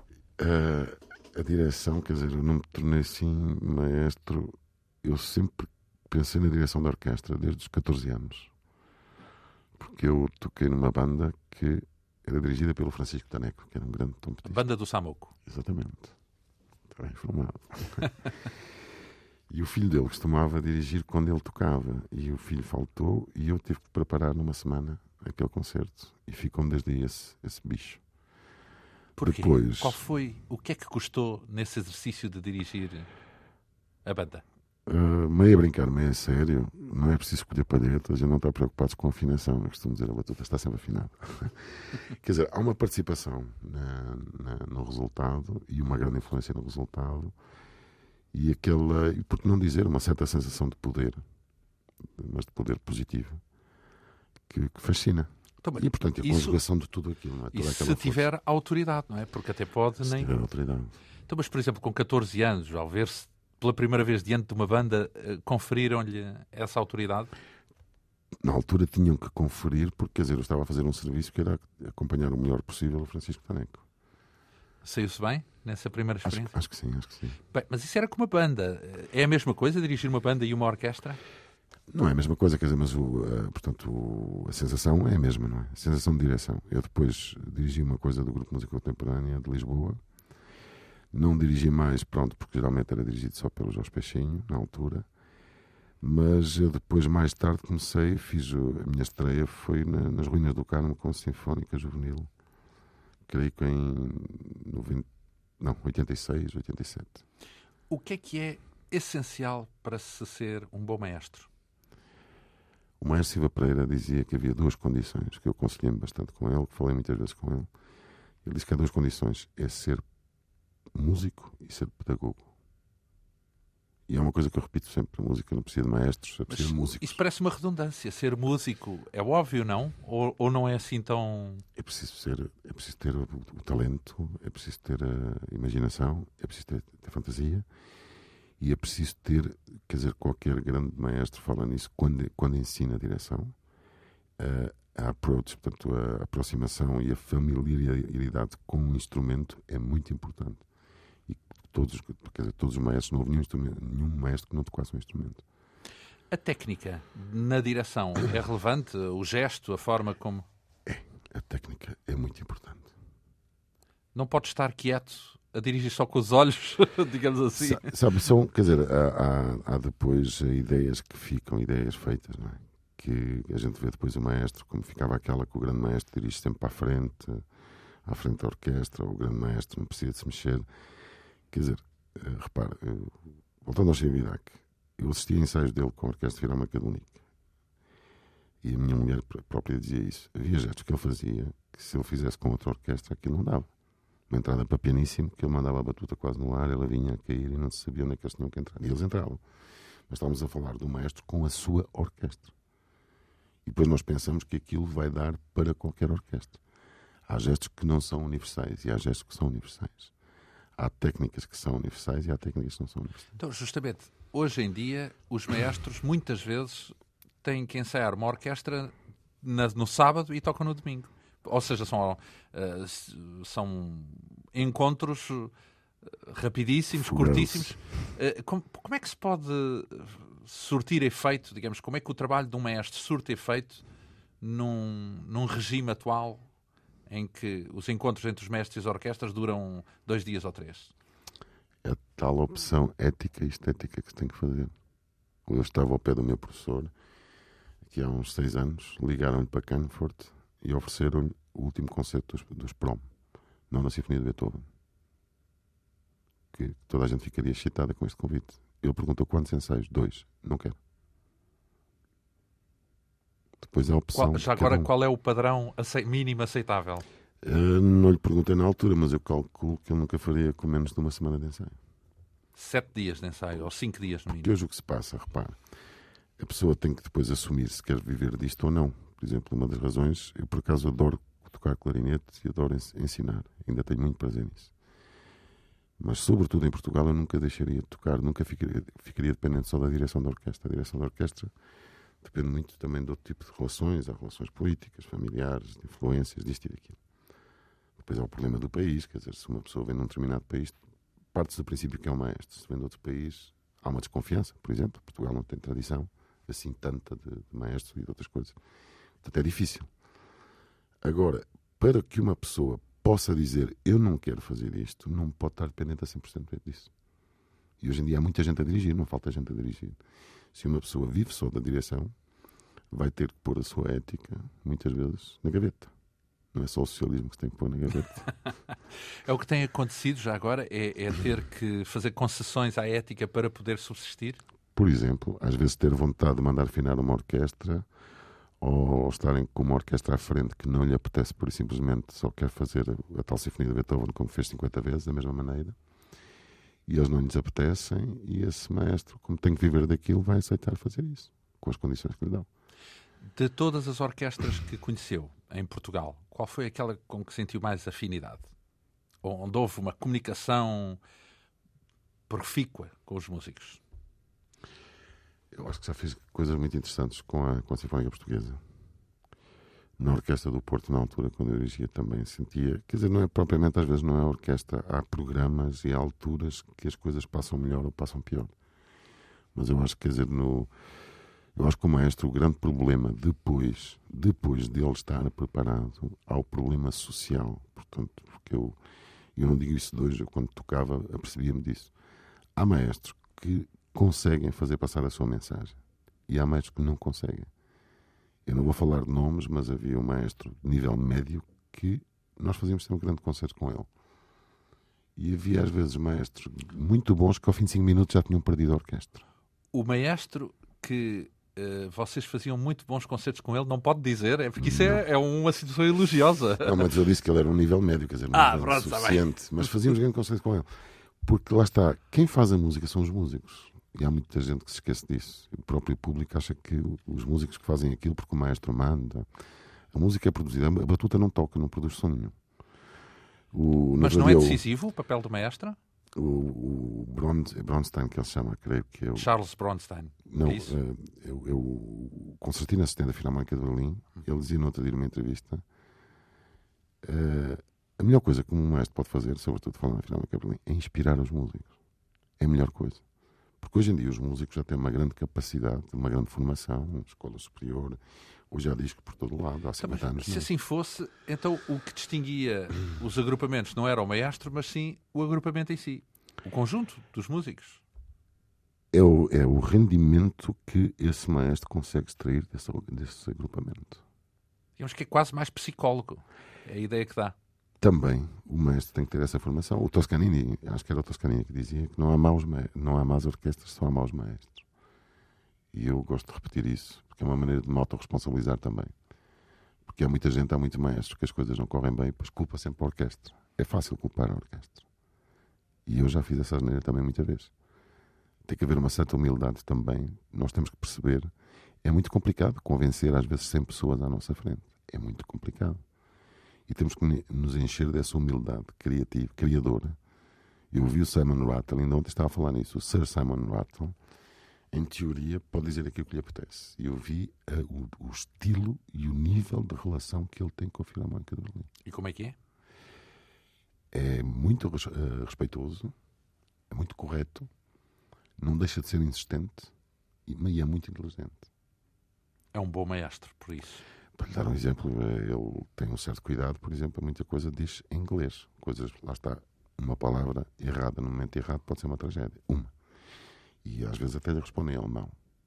A direção, quer dizer, eu não me tornei assim maestro. Eu sempre pensei na direção da orquestra desde os 14 anos. Porque eu toquei numa banda que era dirigida pelo Francisco Taneco, que era um grande trompetista. Banda do Samuco. Exatamente. Está bem informado. E o filho dele costumava dirigir quando ele tocava. E o filho faltou e eu tive que preparar numa semana aquele concerto. E ficou-me desde aí esse bicho. Porquê? Depois, O que é que custou nesse exercício de dirigir a banda? meio a brincar, meio a sério, não é preciso escolher palhetas, a gente não está preocupado com afinação. Eu costumo dizer, a batuta está sempre afinada. Quer dizer, há uma participação no resultado e uma grande influência no resultado e por que não dizer, uma certa sensação de poder, mas de poder positivo, que fascina. Então, E, portanto, a conjugação de tudo aquilo. Não é? E se tiver autoridade, não é? Porque até pode se nem... tiver autoridade. Então, mas, por exemplo, com 14 anos, ao ver-se pela primeira vez diante de uma banda, conferiram-lhe essa autoridade? Na altura tinham que conferir, porque, quer dizer, eu estava a fazer um serviço que era acompanhar o melhor possível o Francisco Taneco. Saiu-se bem nessa primeira experiência? Acho que sim. Bem, mas isso era com uma banda. É a mesma coisa, dirigir uma banda e uma orquestra? Não é a mesma coisa, quer dizer, mas a sensação é a mesma, não é? A sensação de direção. Eu depois dirigi uma coisa do Grupo de Música Contemporânea de Lisboa. Não dirigi mais, pronto, porque geralmente era dirigido só pelo Jorge Peixinho, na altura. Mas eu depois, mais tarde, a minha estreia foi nas Ruínas do Carmo com a Sinfónica Juvenil. Creio que em 86, 87. O que é essencial para se ser um bom maestro? O maestro Silva Pereira dizia que havia duas condições, que eu aconselhei-me bastante com ele, que falei muitas vezes com ele. Ele disse que há duas condições, é ser músico e ser pedagogo. E é uma coisa que eu repito sempre, a música não precisa de maestros, é preciso de músicos. Isso parece uma redundância, ser músico é óbvio, não? Ou não é assim tão... É preciso ter o talento, é preciso ter a imaginação, é preciso ter fantasia e é preciso ter, quer dizer, qualquer grande maestro fala nisso quando ensina a direção, a approach, portanto, a aproximação e a familiaridade com o instrumento é muito importante. E todos os maestros, não houve nenhum maestro que não tocasse um instrumento. A técnica na direção é relevante? O gesto, a forma como... A técnica é muito importante. Não pode estar quieto a dirigir só com os olhos, digamos assim. Quer dizer, há depois ideias que ficam, ideias feitas, não é? Que a gente vê depois o maestro, como ficava aquela que o grande maestro dirige sempre para a frente, à frente da orquestra, o grande maestro não precisa de se mexer. Quer dizer, repara, voltando ao Chiavidac, eu assisti a ensaios dele com a Orquestra Filarmónica de Munique. E a minha mulher própria dizia isso. Havia gestos que ele fazia que se ele fizesse com outra orquestra aquilo não dava. Uma entrada para pianíssimo, que ele mandava a batuta quase no ar, ela vinha a cair e não se sabia onde é que eles tinham que entrar. E eles entravam. Mas estávamos a falar do maestro com a sua orquestra. E depois nós pensamos que aquilo vai dar para qualquer orquestra. Há gestos que não são universais e há gestos que são universais. Há técnicas que são universais e há técnicas que não são universais. Então, justamente, hoje em dia, os maestros muitas vezes têm que ensaiar uma orquestra no sábado e tocam no domingo. Ou seja, são encontros rapidíssimos, curtíssimos. Como é que se pode surtir efeito, digamos, como é que o trabalho de um maestro surte efeito num regime atual em que os encontros entre os mestres e as orquestras duram 2 dias ou 3? É a tal opção ética e estética que se tem que fazer. Eu estava ao pé do meu professor, que há uns 6 anos, ligaram-lhe para Canfort e ofereceram-lhe o último concerto dos Prom, não na Sinfonia de Beethoven. Que toda a gente ficaria excitada com este convite. Ele perguntou quantos ensaios? 2. Não quero. Depois a opção. Já agora, qual é o padrão mínimo aceitável? Não lhe perguntei na altura, mas eu calculo que ele nunca faria com menos de uma semana de ensaio. 7 dias de ensaio, ou 5 dias no mínimo. Porque hoje o que se passa, repara, a pessoa tem que depois assumir se quer viver disto ou não. Por exemplo, uma das razões, eu por acaso adoro tocar clarinete e adoro ensinar. Ainda tenho muito prazer nisso. Mas, sobretudo em Portugal, eu nunca deixaria de tocar, nunca ficaria dependente só da direção da orquestra. A direção da orquestra depende muito também de outro tipo de relações, há relações políticas, familiares, de influências, disto e daquilo. Depois há o problema do país, quer dizer, se uma pessoa vem de um determinado país, parte-se do princípio que é um maestro. Se vem de outro país, há uma desconfiança, por exemplo. Portugal não tem tradição assim tanta de maestros e de outras coisas. Portanto, é difícil. Agora, para que uma pessoa possa dizer eu não quero fazer isto, não pode estar dependente a 100% disso. E hoje em dia há muita gente a dirigir, não falta gente a dirigir. Se uma pessoa vive só da direção, vai ter que pôr a sua ética, muitas vezes, na gaveta. Não é só o socialismo que se tem que pôr na gaveta. É o que tem acontecido já agora? É ter que fazer concessões à ética para poder subsistir? Por exemplo, às vezes ter vontade de mandar afinar uma orquestra ou estarem com uma orquestra à frente que não lhe apetece, por simplesmente só quer fazer a tal Sinfonia de Beethoven como fez 50 vezes, da mesma maneira, e eles não lhes apetecem, e esse maestro, como tem que viver daquilo, vai aceitar fazer isso, com as condições que lhe dão. De todas as orquestras que conheceu em Portugal, qual foi aquela com que sentiu mais afinidade? Onde houve uma comunicação profícua com os músicos? Eu acho que já fiz coisas muito interessantes com a Sinfónica Portuguesa. Na Orquestra do Porto, na altura, quando eu dirigia, também sentia... Quer dizer, não é propriamente, às vezes, não é a orquestra. Há programas e há alturas que as coisas passam melhor ou passam pior. Mas eu acho que, quer dizer, eu acho que o maestro, o grande problema, depois de ele estar preparado ao problema social, portanto, porque eu não digo isso de hoje, eu quando tocava apercebia-me disso. Há maestros que conseguem fazer passar a sua mensagem e há maestros que não conseguem. Eu não vou falar de nomes, mas havia um maestro de nível médio que nós fazíamos sempre um grande concerto com ele. E havia às vezes maestros muito bons que ao fim de 5 minutos já tinham perdido a orquestra. O maestro que vocês faziam muito bons concertos com ele, não pode dizer, porque isso é uma situação elogiosa. Não, mas eu disse que ele era um nível médio, quer dizer, não era suficiente. Mas fazíamos grande concerto com ele. Porque lá está, quem faz a música são os músicos. E há muita gente que se esquece disso. O próprio público acha que os músicos que fazem aquilo porque o maestro manda. A música é produzida, a batuta não toca, não produz som nenhum. Mas não é decisivo o papel do maestro? O Bronstein, que ele chama, creio que é o... Charles Bronstein. Não, é isso? o concertino assistente da Filarmónica de Berlim, ele dizia noutra dia numa entrevista, a melhor coisa que um maestro pode fazer, sobretudo falando na Filarmónica de Berlim, é inspirar os músicos. É a melhor coisa. Porque hoje em dia os músicos já têm uma grande capacidade, uma grande formação, escola superior, hoje há disco por todo lado, há 50 anos. Se assim fosse, então o que distinguia os agrupamentos não era o maestro, mas sim o agrupamento em si, o conjunto dos músicos. É o rendimento que esse maestro consegue extrair desse agrupamento. Digamos que é quase mais psicólogo, é a ideia que dá. Também o maestro tem que ter essa formação. O Toscanini, acho que era o Toscanini que dizia que não há más orquestras, só há maus maestros. E eu gosto de repetir isso, porque é uma maneira de me autorresponsabilizar também. Porque há muita gente, há muitos maestros que as coisas não correm bem, pois culpa sempre a orquestra. É fácil culpar a orquestra. E eu já fiz essa asneira também muita vez. Tem que haver uma certa humildade também. Nós temos que perceber. É muito complicado convencer às vezes 100 pessoas à nossa frente. É muito complicado. E temos que nos encher dessa humildade criativa, criadora. Eu vi o Simon Rattle, ainda ontem estava a falar nisso, o Sir Simon Rattle, em teoria, pode dizer aquilo que lhe apetece. E eu vi o estilo e o nível de relação que ele tem com a Filarmónica de Berlim. E como é que é? É muito respeitoso, é muito correto, não deixa de ser insistente e é muito inteligente. É um bom maestro, por isso. Para lhe dar um exemplo, ele tem um certo cuidado, por exemplo, muita coisa diz em inglês. Coisas, lá está, uma palavra errada no momento errado pode ser uma tragédia. Uma. E às vezes até lhe responde em alemão.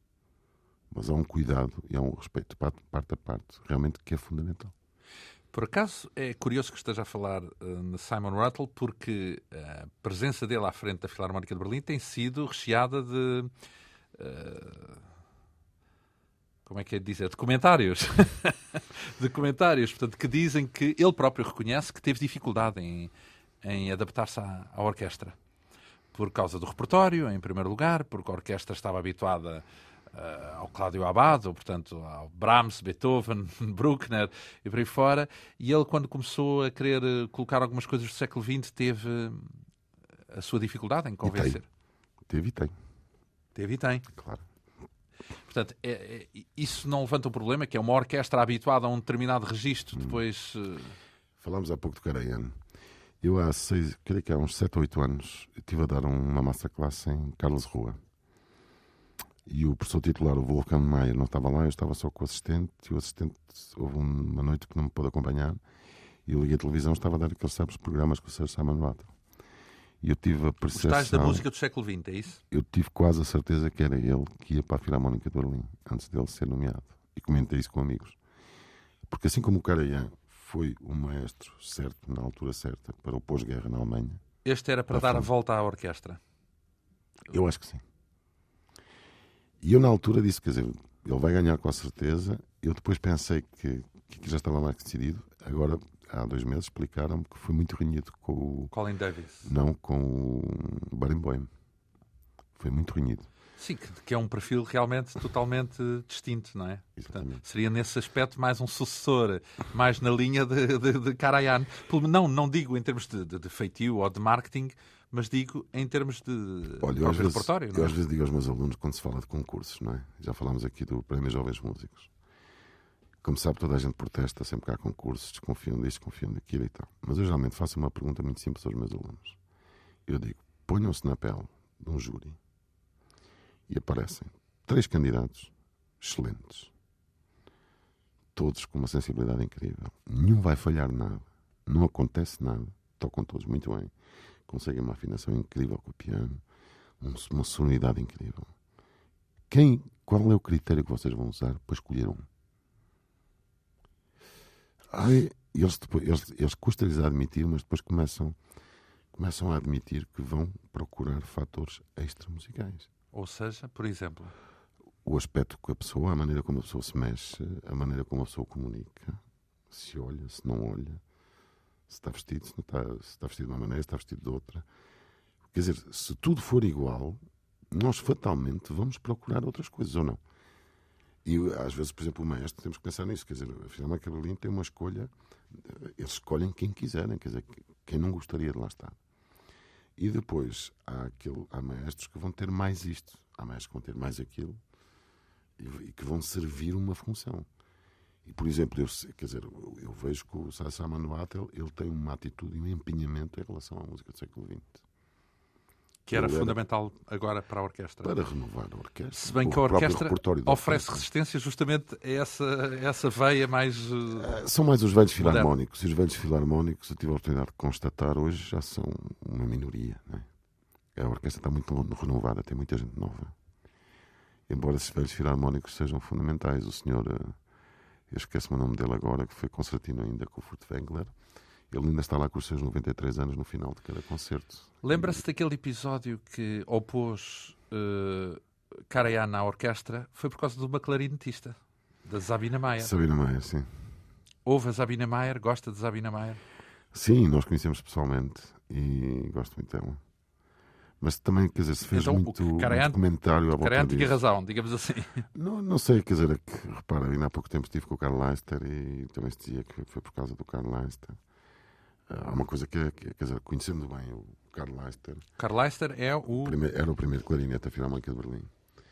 Mas há um cuidado e há um respeito parte a parte, realmente, que é fundamental. Por acaso, é curioso que esteja a falar de Simon Rattle, porque a presença dele à frente da Filarmónica de Berlim tem sido recheada de... como é que é de dizer? De comentários. De comentários, portanto, que dizem que ele próprio reconhece que teve dificuldade em adaptar-se à orquestra. Por causa do repertório, em primeiro lugar, porque a orquestra estava habituada ao Cláudio Abbado, portanto, ao Brahms, Beethoven, Bruckner e por aí fora. E ele, quando começou a querer colocar algumas coisas do século XX, teve a sua dificuldade em convencer. Teve e tem. Teve e tem. Claro. Portanto, isso não levanta um problema, que é uma orquestra habituada a um determinado registro, depois... Falámos há pouco do Karajan. Eu creio que há uns 7 ou 8 anos, estive a dar uma masterclass em Carlos Rua. E o professor titular, o Wolfgang Mayer, não estava lá, eu estava só com o assistente, e o assistente houve uma noite que não me pôde acompanhar, e eu liguei a televisão, estava a dar aqueles programas com o Sr. Simon Rattle. E eu tive a percepção... Os tais da música do século XX, é isso? Eu tive quase a certeza que era ele que ia para a Filarmónica de Berlim, antes dele ser nomeado. E comentei isso com amigos. Porque assim como o Karajan foi o maestro certo, na altura certa, para o pós-guerra na Alemanha... Este era para dar a volta à orquestra? Eu acho que sim. E eu na altura disse, quer dizer, ele vai ganhar com a certeza. Eu depois pensei que já estava mais decidido. Agora, há 2 meses, explicaram-me que foi muito renhido com o... Colin Davis. Não, com o Barenboim. Foi muito renhido. Sim, que é um perfil realmente totalmente distinto, não é? Exatamente. Portanto, seria nesse aspecto mais um sucessor, mais na linha de Karajan. Não digo em termos de feitio ou de marketing, mas digo em termos de próprio repertório. Eu às vezes digo aos meus alunos, quando se fala de concursos, não é? Já falámos aqui do Prémio Jovens Músicos. Como sabe, toda a gente protesta sempre que há concursos, desconfiam disto, desconfiam daquilo e tal. Mas eu geralmente faço uma pergunta muito simples aos meus alunos. Eu digo, ponham-se na pele de um júri e aparecem 3 candidatos excelentes, todos com uma sensibilidade incrível. Nenhum vai falhar nada, não acontece nada, tocam todos muito bem, conseguem uma afinação incrível com o piano, uma sonoridade incrível. Qual é o critério que vocês vão usar para escolher um? Eles custa-lhes a admitir, mas depois começam a admitir que vão procurar fatores extramusicais. Ou seja, por exemplo... O aspecto que a pessoa, a maneira como a pessoa se mexe, a maneira como a pessoa comunica, se olha, se não olha, se está vestido, se não está, se está vestido de uma maneira, se está vestido de outra. Quer dizer, se tudo for igual, nós fatalmente vamos procurar outras coisas, ou não? E às vezes, por exemplo, o maestro, temos que pensar nisso. Quer dizer, afinal, a Berlim tem uma escolha, eles escolhem quem quiserem, quer dizer, quem não gostaria de lá estar. E depois há maestros que vão ter mais isto, há maestros que vão ter mais aquilo e que vão servir uma função. E, por exemplo, eu vejo que o Simon Rattle, ele tem uma atitude e um empenhamento em relação à música do século XX. Que era fundamental agora para a orquestra. Para renovar a orquestra. Se bem que a orquestra oferece resistência justamente a essa veia mais... São mais os velhos filarmónicos. E os velhos filarmónicos, eu tive a oportunidade de constatar, hoje já são uma minoria. Não é? A orquestra está muito renovada, tem muita gente nova. Embora esses velhos filarmónicos sejam fundamentais. O senhor, eu esqueço-me o nome dele agora, que foi concertino ainda com o Furtwängler. Ele ainda está lá com os seus 93 anos no final de cada concerto. Lembra-se daquele episódio que opôs Karajan à orquestra? Foi por causa de uma clarinetista, da Sabine Mayer. Sabine Mayer, sim. Ouve a Sabine Mayer? Gosta de Sabine Mayer? Sim, nós conhecemos pessoalmente e gosto muito dela. Mas também, quer dizer, se fez então, muito comentário à volta disso. Karajan tinha razão, digamos assim. Não sei, quer dizer, repara, ainda há pouco tempo estive com o Carl Leister e também se dizia que foi por causa do Carl Leister. Há uma coisa quer dizer, conhecendo bem o Carl Leister. Carl Leister é era o primeiro clarinete da Filarmónica de Berlim.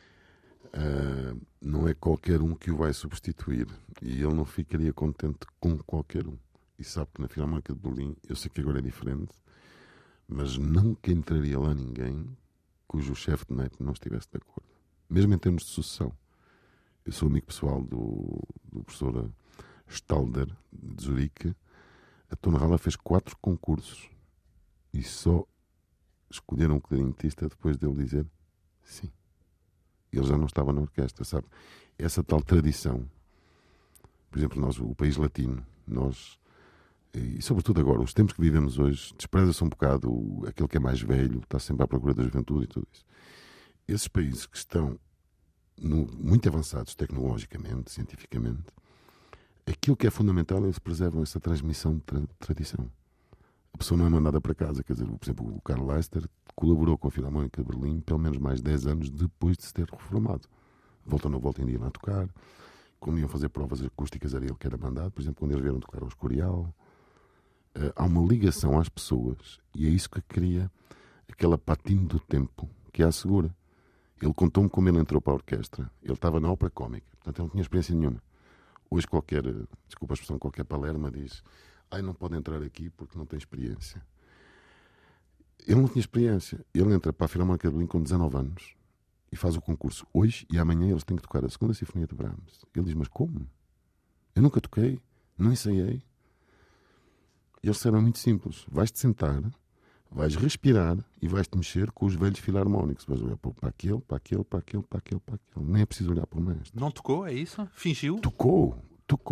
Não é qualquer um que o vai substituir. E ele não ficaria contente com qualquer um. E sabe que na Filarmónica de Berlim, eu sei que agora é diferente, mas nunca entraria lá ninguém cujo chefe de naipe não estivesse de acordo. Mesmo em termos de sucessão. Eu sou amigo pessoal do professor Stalder, de Zurique. A Tonrala fez 4 concursos e só escolheram um clarinetista depois dele dizer sim. Ele já não estava na orquestra, sabe? essa tal tradição. Por exemplo, nós, o país latino, nós, e sobretudo agora, os tempos que vivemos hoje, despreza-se um bocado aquele que é mais velho, está sempre à procura da juventude e tudo isso. Esses países que estão muito avançados tecnologicamente, cientificamente, aquilo que é fundamental é eles preservam essa transmissão de tradição. A pessoa não é mandada para casa. Quer dizer, por exemplo, o Carl Leister colaborou com a Filarmónica de Berlim pelo menos mais 10 anos depois de se ter reformado. Volta ou não volta, ainda ia lá tocar. Quando iam fazer provas acústicas era ele que era mandado. Por exemplo, quando eles vieram tocar ao Escorial. Há uma ligação às pessoas e é isso que cria aquela patina do tempo que a assegura. Ele contou-me como ele entrou para a orquestra. Ele estava na ópera cómica, portanto ele não tinha experiência nenhuma. Hoje desculpa a expressão, qualquer palerma diz: não pode entrar aqui porque não tem experiência. Ele não tinha experiência. Ele entra para a Filarmónica de Berlim com 19 anos e faz o concurso hoje e amanhã eles têm que tocar a segunda Sinfonia de Brahms. Ele diz: mas como? Eu nunca toquei, não ensaiei. E eles disseram: muito simples, vais-te sentar, vais respirar e vais-te mexer com os velhos filarmónicos. Vais olhar para aquele, para aquele, para aquele, para aquele, para aquele. Nem é preciso olhar para o mestre. Não tocou, é isso? Fingiu? Tocou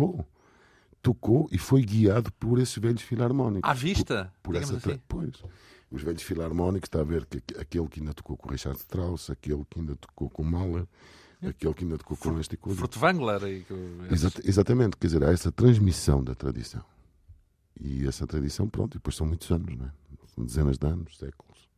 e foi guiado por esses velhos filarmónicos. À vista? Por essa assim. Pois. Os velhos filarmónicos, está a ver que aquele que ainda tocou com o Richard Strauss, aquele que ainda tocou com o Mahler, aquele que ainda tocou com este e com o Furtwängler. Exatamente, quer dizer, há essa transmissão da tradição. E essa tradição, pronto, e depois são muitos anos, não é? São dezenas de anos, séculos.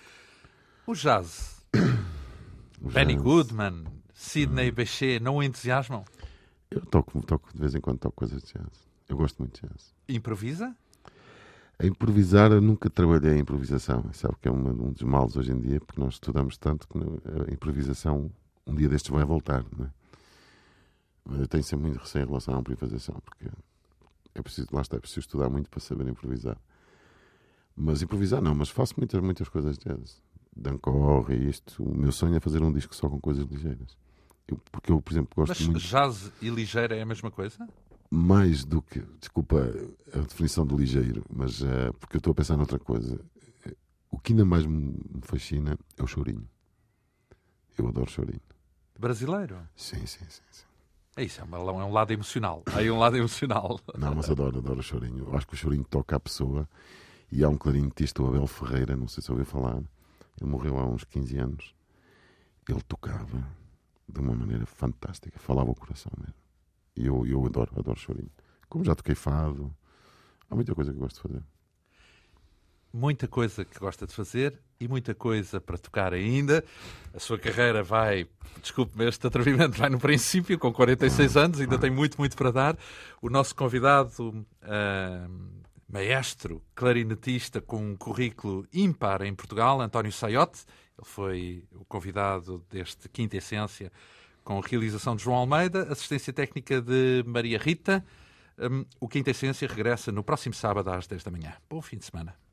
O jazz. Benny Goodman, Sidney Bechet, não o entusiasmam? Eu toco, de vez em quando toco coisas de jazz. Eu gosto muito de jazz. Improvisa? A improvisar, eu nunca trabalhei em improvisação. Sabe que é um dos males hoje em dia, porque nós estudamos tanto que a improvisação um dia destes vai voltar, não é? Mas eu tenho sempre muito receio em relação à improvisação, porque é preciso estudar muito para saber improvisar. Mas improvisar não, mas faço muitas coisas de jazz. Dancorre e isto. O meu sonho é fazer um disco só com coisas ligeiras. Porque eu, por exemplo, gosto muito... Mas jazz e ligeiro é a mesma coisa? Mais do que... Desculpa a definição de ligeiro, mas porque eu estou a pensar noutra coisa. O que ainda mais me fascina é o chorinho. Eu adoro chorinho. Brasileiro? Sim. É isso, é um lado emocional. Há aí um lado emocional. Não, mas adoro o chorinho. Eu acho que o chorinho toca a pessoa. E há um clarinetista, o Abel Ferreira, não sei se ouviu falar. Ele morreu há uns 15 anos. Ele tocava de uma maneira fantástica. Falava o coração mesmo. E eu adoro chorinho. Como já toquei fado, há muita coisa que eu gosto de fazer. Muita coisa que gosta de fazer e muita coisa para tocar ainda. A sua carreira vai, desculpe-me este atrevimento, vai no princípio, com 46 anos, ainda tem muito para dar. O nosso convidado, maestro, clarinetista com um currículo ímpar em Portugal, António Saiote. Ele foi o convidado deste Quinta Essência, com a realização de João Almeida, assistência técnica de Maria Rita. O Quinta Essência regressa no próximo sábado às 10 da manhã. Bom fim de semana.